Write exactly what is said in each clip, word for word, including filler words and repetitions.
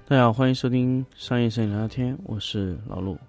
大家好，欢迎收听商业摄影聊天，我是老陆。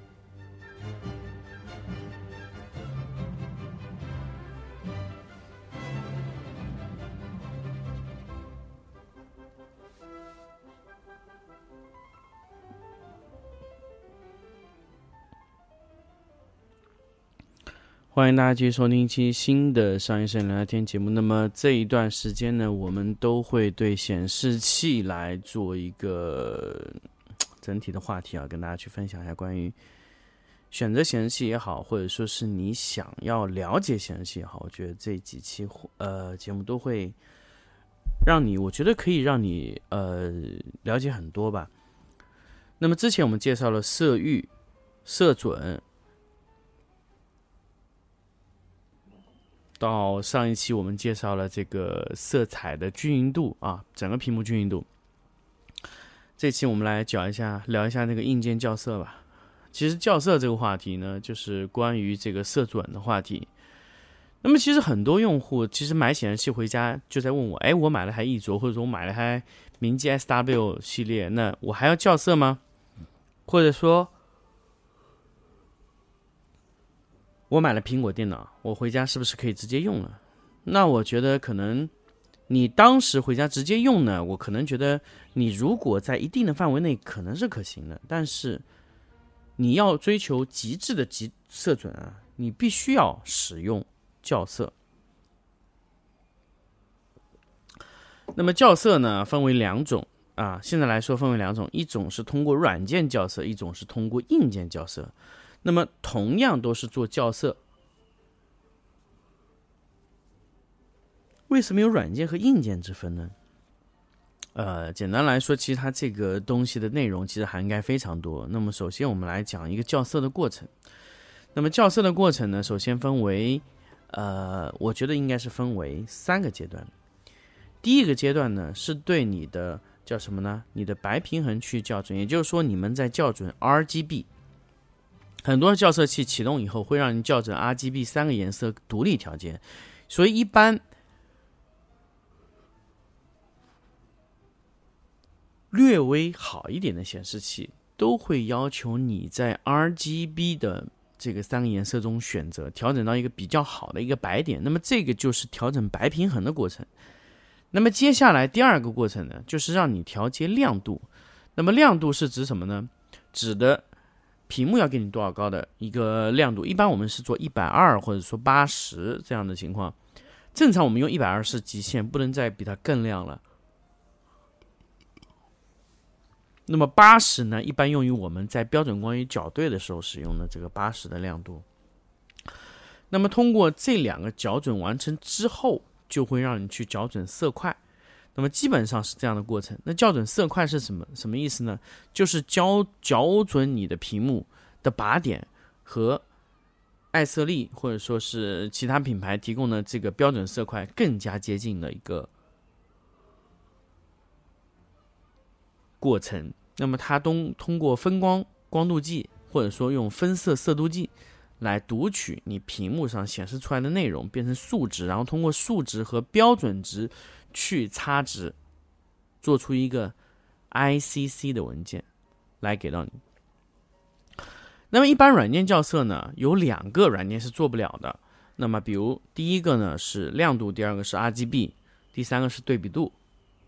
欢迎大家继续收听一期新的商业摄影聊天节目。那么这一段时间呢，我们都会对显示器来做一个整体的话题啊，跟大家去分享一下关于选择显示器也好，或者说是你想要了解显示器也好，我觉得这几期呃节目都会让你，我觉得可以让你呃了解很多吧。那么之前我们介绍了色域、色准。到上一期我们介绍了这个色彩的均匀度啊，整个屏幕均匀度。这期我们来讲一下，聊一下那个硬件校色吧。其实校色这个话题呢，就是关于这个色准的话题。那么其实很多用户其实买显示器回家就在问我，哎，我买了台逸卓，或者说我买了台明基 S W 系列，那我还要校色吗？或者说我买了苹果电脑，我回家是不是可以直接用了？那我觉得可能你当时回家直接用呢，我可能觉得你如果在一定的范围内可能是可行的，但是你要追求极致的极色准啊，你必须要使用校色。那么校色呢，分为两种啊，现在来说分为两种，一种是通过软件校色，一种是通过硬件校色。那么同样都是做校色，为什么有软件和硬件之分呢？呃，简单来说，其实它这个东西的内容其实涵盖非常多。那么首先我们来讲一个校色的过程。那么校色的过程呢，首先分为呃，我觉得应该是分为三个阶段。第一个阶段呢，是对你的叫什么呢？你的白平衡去校准，也就是说你们在校准 R G B。很多校色器启动以后会让你校准 R G B 三个颜色独立调节，所以一般略微好一点的显示器都会要求你在 R G B 的这个三个颜色中选择调整到一个比较好的一个白点，那么这个就是调整白平衡的过程。那么接下来第二个过程呢，就是让你调节亮度。那么亮度是指什么呢？指的屏幕要给你多少高的一个亮度，一般我们是做一百二十或者说八十这样的情况，正常我们用一百二十是极限，不能再比它更亮了。那么八十呢，一般用于我们在标准光域校对的时候使用的这个八十的亮度。那么通过这两个校准完成之后，就会让你去校准色块。那么基本上是这样的过程。那校准色块是什么什么意思呢？就是校校准你的屏幕的靶点和艾色丽或者说是其他品牌提供的这个标准色块更加接近的一个过程。那么它通通过分光光度计或者说用分色色度计来读取你屏幕上显示出来的内容变成数值，然后通过数值和标准值去差值，做出一个 I C C 的文件来给到你。那么一般软件校色呢，有两个软件是做不了的。那么比如第一个呢是亮度，第二个是 R G B， 第三个是对比度。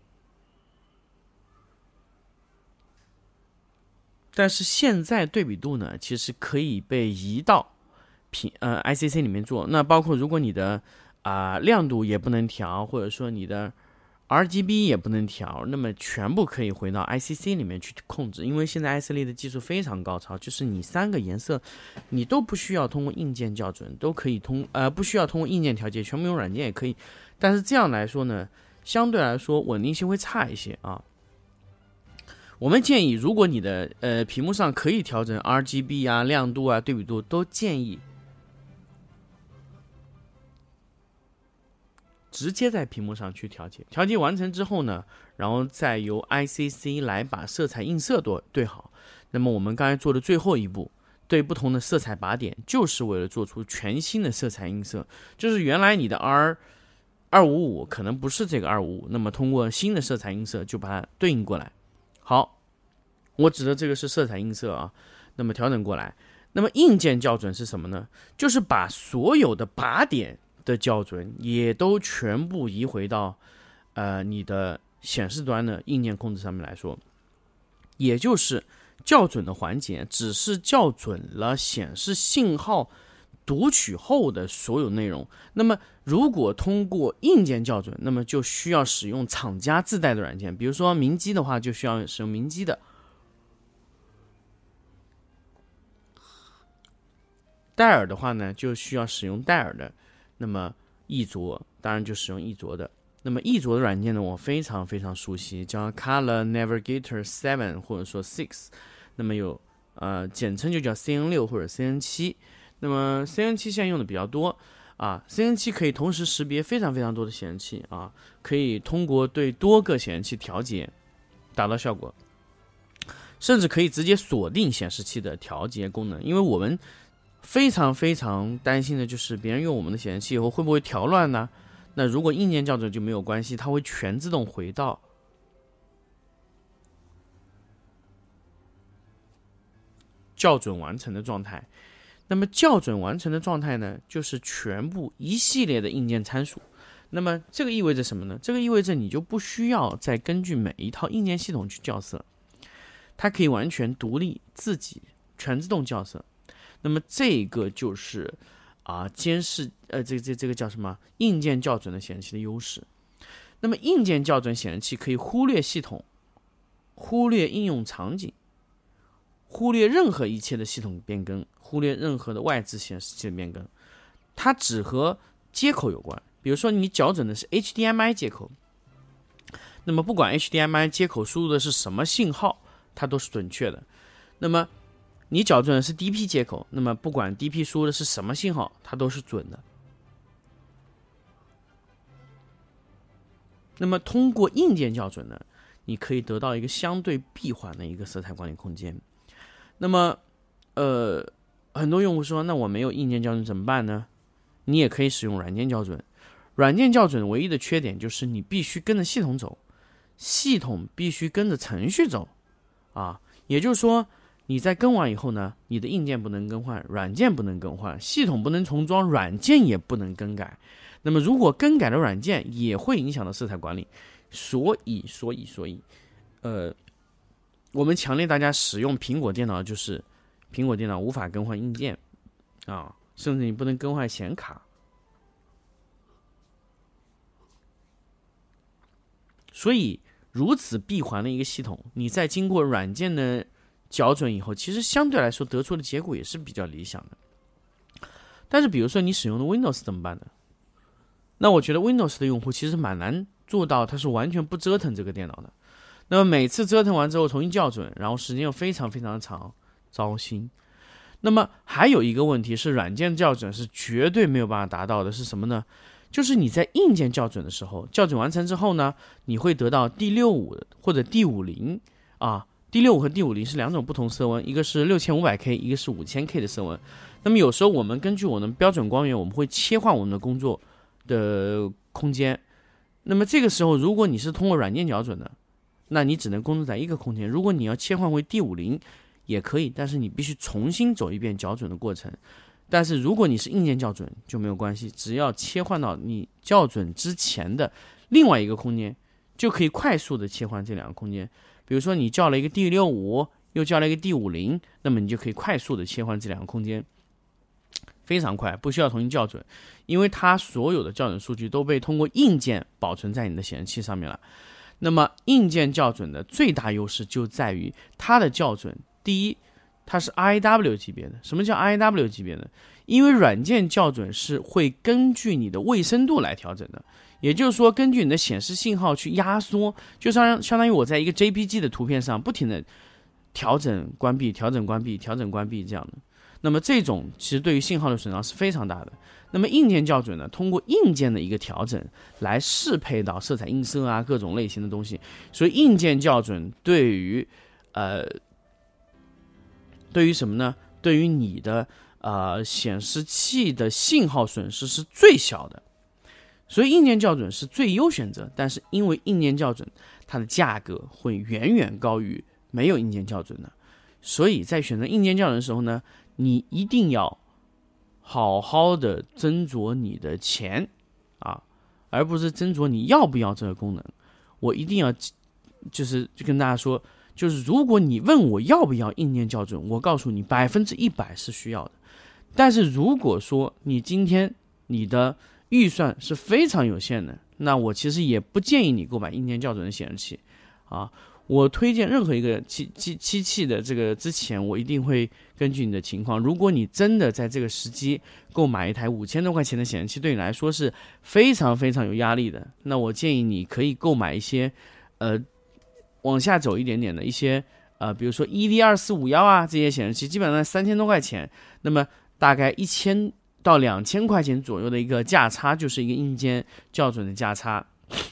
但是现在对比度呢，其实可以被移到屏呃 I C C 里面做。那包括如果你的啊、呃、亮度也不能调，或者说你的 R G B 也不能调，那么全部可以回到 I C C 里面去控制。因为现在艾色丽的技术非常高超，就是你三个颜色你都不需要通过硬件校准，都可以通呃不需要通过硬件调节，全部用软件也可以。但是这样来说呢，相对来说稳定性会差一些啊。我们建议，如果你的呃屏幕上可以调整 R G B 啊、亮度啊、对比度，都建议直接在屏幕上去调节。调节完成之后呢，然后再由 I C C 来把色彩映射对好。那么我们刚才做的最后一步，对不同的色彩靶点，就是为了做出全新的色彩映射。就是原来你的 R 二五五可能不是这个二五五，那么通过新的色彩映射就把它对应过来。好， 我指的这个是色彩映射啊，那么调整过来。那么硬件校准是什么呢？就是把所有的靶点的校准也都全部移回到呃你的显示端的硬件控制上面来说，也就是校准的环节只是校准了显示信号读取后的所有内容。那么如果通过硬件校准，那么就需要使用厂家自带的软件，比如说明基的话就需要使用明基的，戴尔的话呢就需要使用戴尔的，那么易卓当然就使用易卓的。那么易卓的软件呢我非常非常熟悉，叫 Color Navigator 七或者说六，那么有呃简称就叫 C N 六 或者 C N 七。那么 C N 七 现在用的比较多啊 ，C N 七 可以同时识别非常非常多的显示器啊，可以通过对多个显示器调节达到效果，甚至可以直接锁定显示器的调节功能。因为我们非常非常担心的就是别人用我们的显示器以后会不会调乱呢？那如果硬件校准就没有关系，它会全自动回到校准完成的状态。那么校准完成的状态呢，就是全部一系列的硬件参数。那么这个意味着什么呢？这个意味着你就不需要再根据每一套硬件系统去校色，它可以完全独立自己全自动校色。那么这个就是啊监视呃这个这这个叫什么硬件校准的显示器的优势。那么硬件校准显示器可以忽略系统，忽略应用场景，忽略任何一切的系统变更，忽略任何的外置显示器的变更，它只和接口有关。比如说你校准的是 H D M I 接口，那么不管 H D M I 接口输入的是什么信号，它都是准确的。那么你校准的是 D P 接口，那么不管 D P 输入的是什么信号，它都是准的。那么通过硬件校准呢，你可以得到一个相对闭环的一个色彩管理空间。那么呃，很多用户说那我没有硬件校准怎么办呢？你也可以使用软件校准。软件校准唯一的缺点就是你必须跟着系统走，系统必须跟着程序走啊，也就是说你在更完以后呢，你的硬件不能更换，软件不能更换，系统不能重装，软件也不能更改。那么如果更改的软件也会影响到色彩管理，所以所以所以呃我们强烈大家使用苹果电脑，就是苹果电脑无法更换硬件啊，甚至你不能更换显卡。所以如此闭环的一个系统，你在经过软件的校准以后，其实相对来说得出的结果也是比较理想的。但是比如说你使用的 Windows 怎么办呢？那我觉得 Windows 的用户其实蛮难做到它是完全不折腾这个电脑的。那么每次折腾完之后重新校准，然后时间又非常非常的长，糟心。那么还有一个问题是软件校准是绝对没有办法达到的，是什么呢？就是你在硬件校准的时候，校准完成之后呢，你会得到 D 六十五 或者 D 五十 啊 ，D 六十五 和 D 五十 是两种不同色温，一个是 六千五百 K， 一个是 五千 K 的色温。那么有时候我们根据我们的标准光源，我们会切换我们的工作的空间。那么这个时候，如果你是通过软件校准的，那你只能工作在一个空间。如果你要切换回 D 五十 也可以，但是你必须重新走一遍校准的过程。但是如果你是硬件校准就没有关系，只要切换到你校准之前的另外一个空间，就可以快速的切换这两个空间。比如说你校了一个 D 六十五，又校了一个 D 五十，那么你就可以快速的切换这两个空间，非常快，不需要重新校准，因为它所有的校准数据都被通过硬件保存在你的显示器上面了。那么硬件校准的最大优势就在于它的校准，第一，它是 I W 级别的。什么叫 I W 级别的？因为软件校准是会根据你的位深度来调整的，也就是说根据你的显示信号去压缩，就相相当于我在一个 J P G 的图片上不停的调整关闭调整关闭调整关闭这样的。那么这种其实对于信号的损伤是非常大的。那么硬件校准呢，通过硬件的一个调整来适配到色彩映射啊各种类型的东西，所以硬件校准对于呃对于什么呢？对于你的呃显示器的信号损失是最小的，所以硬件校准是最优选择。但是因为硬件校准它的价格会远远高于没有硬件校准的。所以在选择硬件校准的时候呢，你一定要好好的斟酌你的钱啊，而不是斟酌你要不要这个功能。我一定要就是就跟大家说，就是如果你问我要不要硬件校准，我告诉你百分之一百是需要的。但是如果说你今天你的预算是非常有限的，那我其实也不建议你购买硬件校准的显示器啊。我推荐任何一个机机机器的这个之前，我一定会根据你的情况。如果你真的在这个时机购买一台五千多块钱的显示器，对你来说是非常非常有压力的，那我建议你可以购买一些，呃，往下走一点点的一些，呃，比如说 E V 二四五一啊这些显示器，基本上三千多块钱，那么大概一千到两千块钱左右的一个价差，就是一个硬件校准的价差。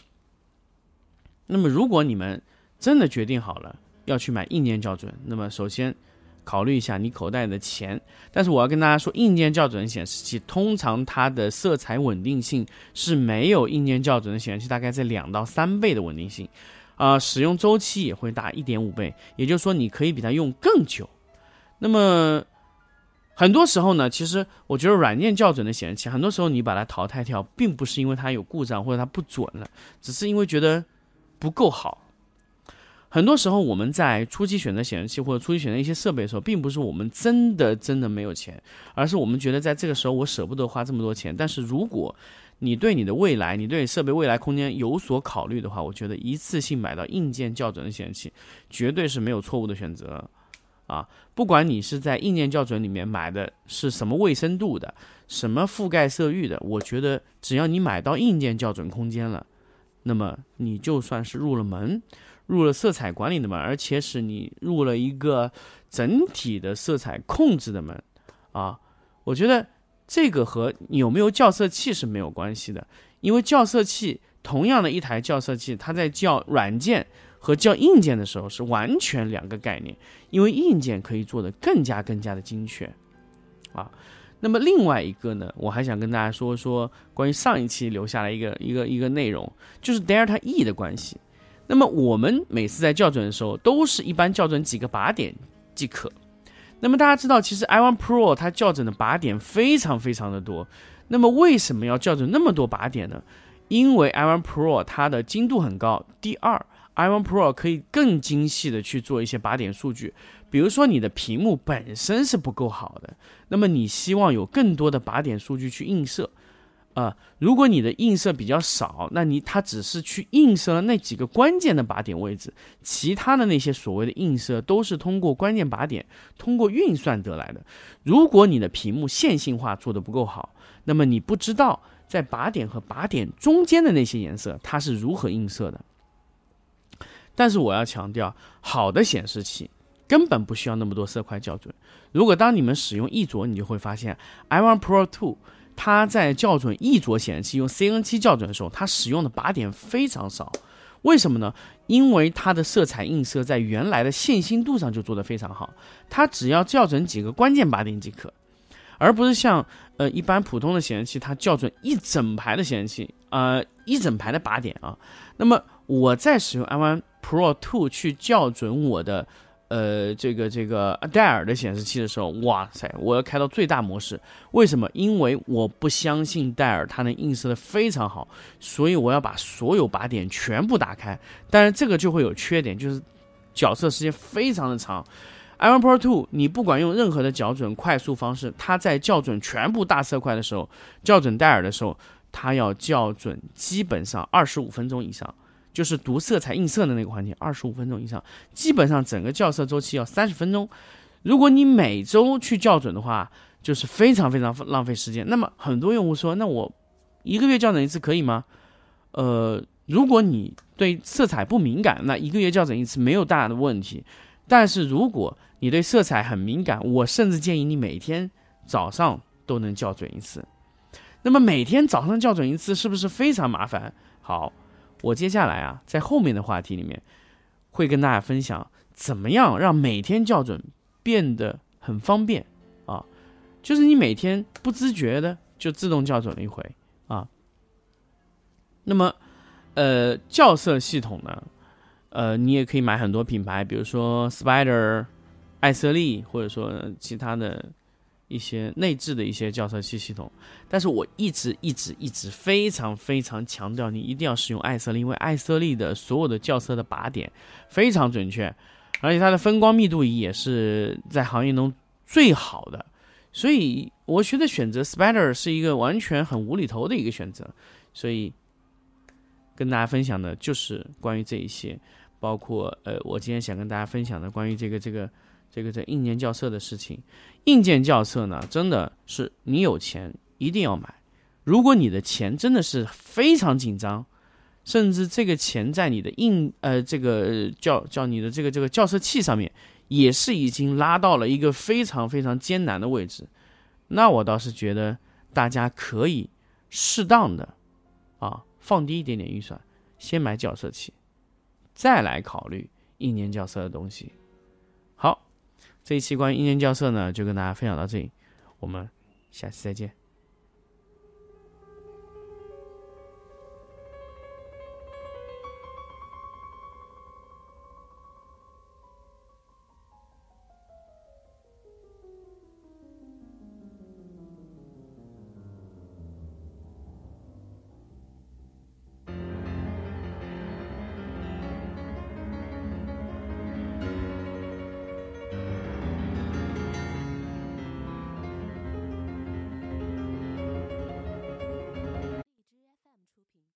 那么如果你们真的决定好了要去买硬件校准，那么首先考虑一下你口袋的钱。但是我要跟大家说，硬件校准显示器通常它的色彩稳定性是没有硬件校准的显示器大概在两到三倍的稳定性，啊、呃，使用周期也会大 一点五倍，也就是说你可以比它用更久。那么很多时候呢，其实我觉得软件校准的显示器，很多时候你把它淘汰掉，并不是因为它有故障或者它不准了，只是因为觉得不够好。很多时候我们在初期选择显示器或者初期选择一些设备的时候，并不是我们真的真的没有钱，而是我们觉得在这个时候我舍不得花这么多钱。但是如果你对你的未来，你对你设备未来空间有所考虑的话，我觉得一次性买到硬件校准的显示器绝对是没有错误的选择啊！不管你是在硬件校准里面买的是什么卫生度的，什么覆盖色域的，我觉得只要你买到硬件校准空间了，那么你就算是入了门，入了色彩管理的门，而且是你入了一个整体的色彩控制的门啊！我觉得这个和你有没有校色器是没有关系的，因为校色器同样的一台校色器，它在校软件和校硬件的时候是完全两个概念，因为硬件可以做得更加更加的精确啊。那么另外一个呢，我还想跟大家说说关于上一期留下来一个一个一个内容，就是 Delta E 的关系。那么我们每次在校准的时候，都是一般校准几个靶点即可。那么大家知道，其实 i 一 Pro 它校准的靶点非常非常的多。那么为什么要校准那么多靶点呢？因为 i 一 Pro 它的精度很高。第二， i 一 Pro 可以更精细的去做一些靶点数据。比如说你的屏幕本身是不够好的，那么你希望有更多的靶点数据去映射。呃，如果你的映射比较少，那你它只是去映射那几个关键的靶点位置，其他的那些所谓的映射都是通过关键靶点，通过运算得来的。如果你的屏幕线性化做得不够好，那么你不知道在靶点和靶点中间的那些颜色它是如何映射的。但是我要强调，好的显示器根本不需要那么多色块校准。如果当你们使用一卓，你就会发现 i 一 Pro 二它在校准一卓显示器用 C N 七 校准的时候，它使用的靶点非常少。为什么呢？因为它的色彩映射在原来的线性度上就做得非常好，它只要校准几个关键靶点即可，而不是像呃一般普通的显示器，它校准一整排的显示器，呃一整排的靶点啊。那么我在使用 i 一 Pro 二去校准我的呃，这个这个戴尔的显示器的时候，哇塞，我要开到最大模式。为什么？因为我不相信戴尔它能映射的非常好，所以我要把所有靶点全部打开。但是这个就会有缺点，就是校色时间非常的长。i 一 Pro 二你不管用任何的校准快速方式，它在校准全部大色块的时候，校准戴尔的时候，它要校准基本上二十五分钟以上。就是读色彩映射的那个环节，二十五分钟以上，基本上整个校色周期要三十分钟。如果你每周去校准的话，就是非常非常浪费时间。那么很多用户说，那我一个月校准一次可以吗？呃，如果你对色彩不敏感，那一个月校准一次没有大的问题。但是如果你对色彩很敏感，我甚至建议你每天早上都能校准一次。那么每天早上校准一次是不是非常麻烦？好。我接下来啊，在后面的话题里面，会跟大家分享怎么样让每天校准变得很方便啊，就是你每天不自觉的就自动校准了一回啊。那么，呃，校色系统呢， 呃，你也可以买很多品牌，比如说 Spider、艾瑟利，或者说其他的一些内置的一些校色器系统。但是我一直一直一直非常非常强调，你一定要使用艾瑟利，因为艾瑟利的所有的校色的靶点非常准确，而且它的分光密度仪也是在行业中最好的。所以我觉得选择 Spider 是一个完全很无厘头的一个选择。所以跟大家分享的就是关于这一些，包括呃，我今天想跟大家分享的关于这个这个这个这硬件校色的事情。硬件校色呢，真的是你有钱一定要买。如果你的钱真的是非常紧张，甚至这个钱在你的硬呃这个叫叫你的这个这个校色器上面也是已经拉到了一个非常非常艰难的位置，那我倒是觉得大家可以适当的啊放低一点点预算，先买校色器，再来考虑硬件校色的东西。好，这一期关于硬件校色呢，就跟大家分享到这里，我们下期再见。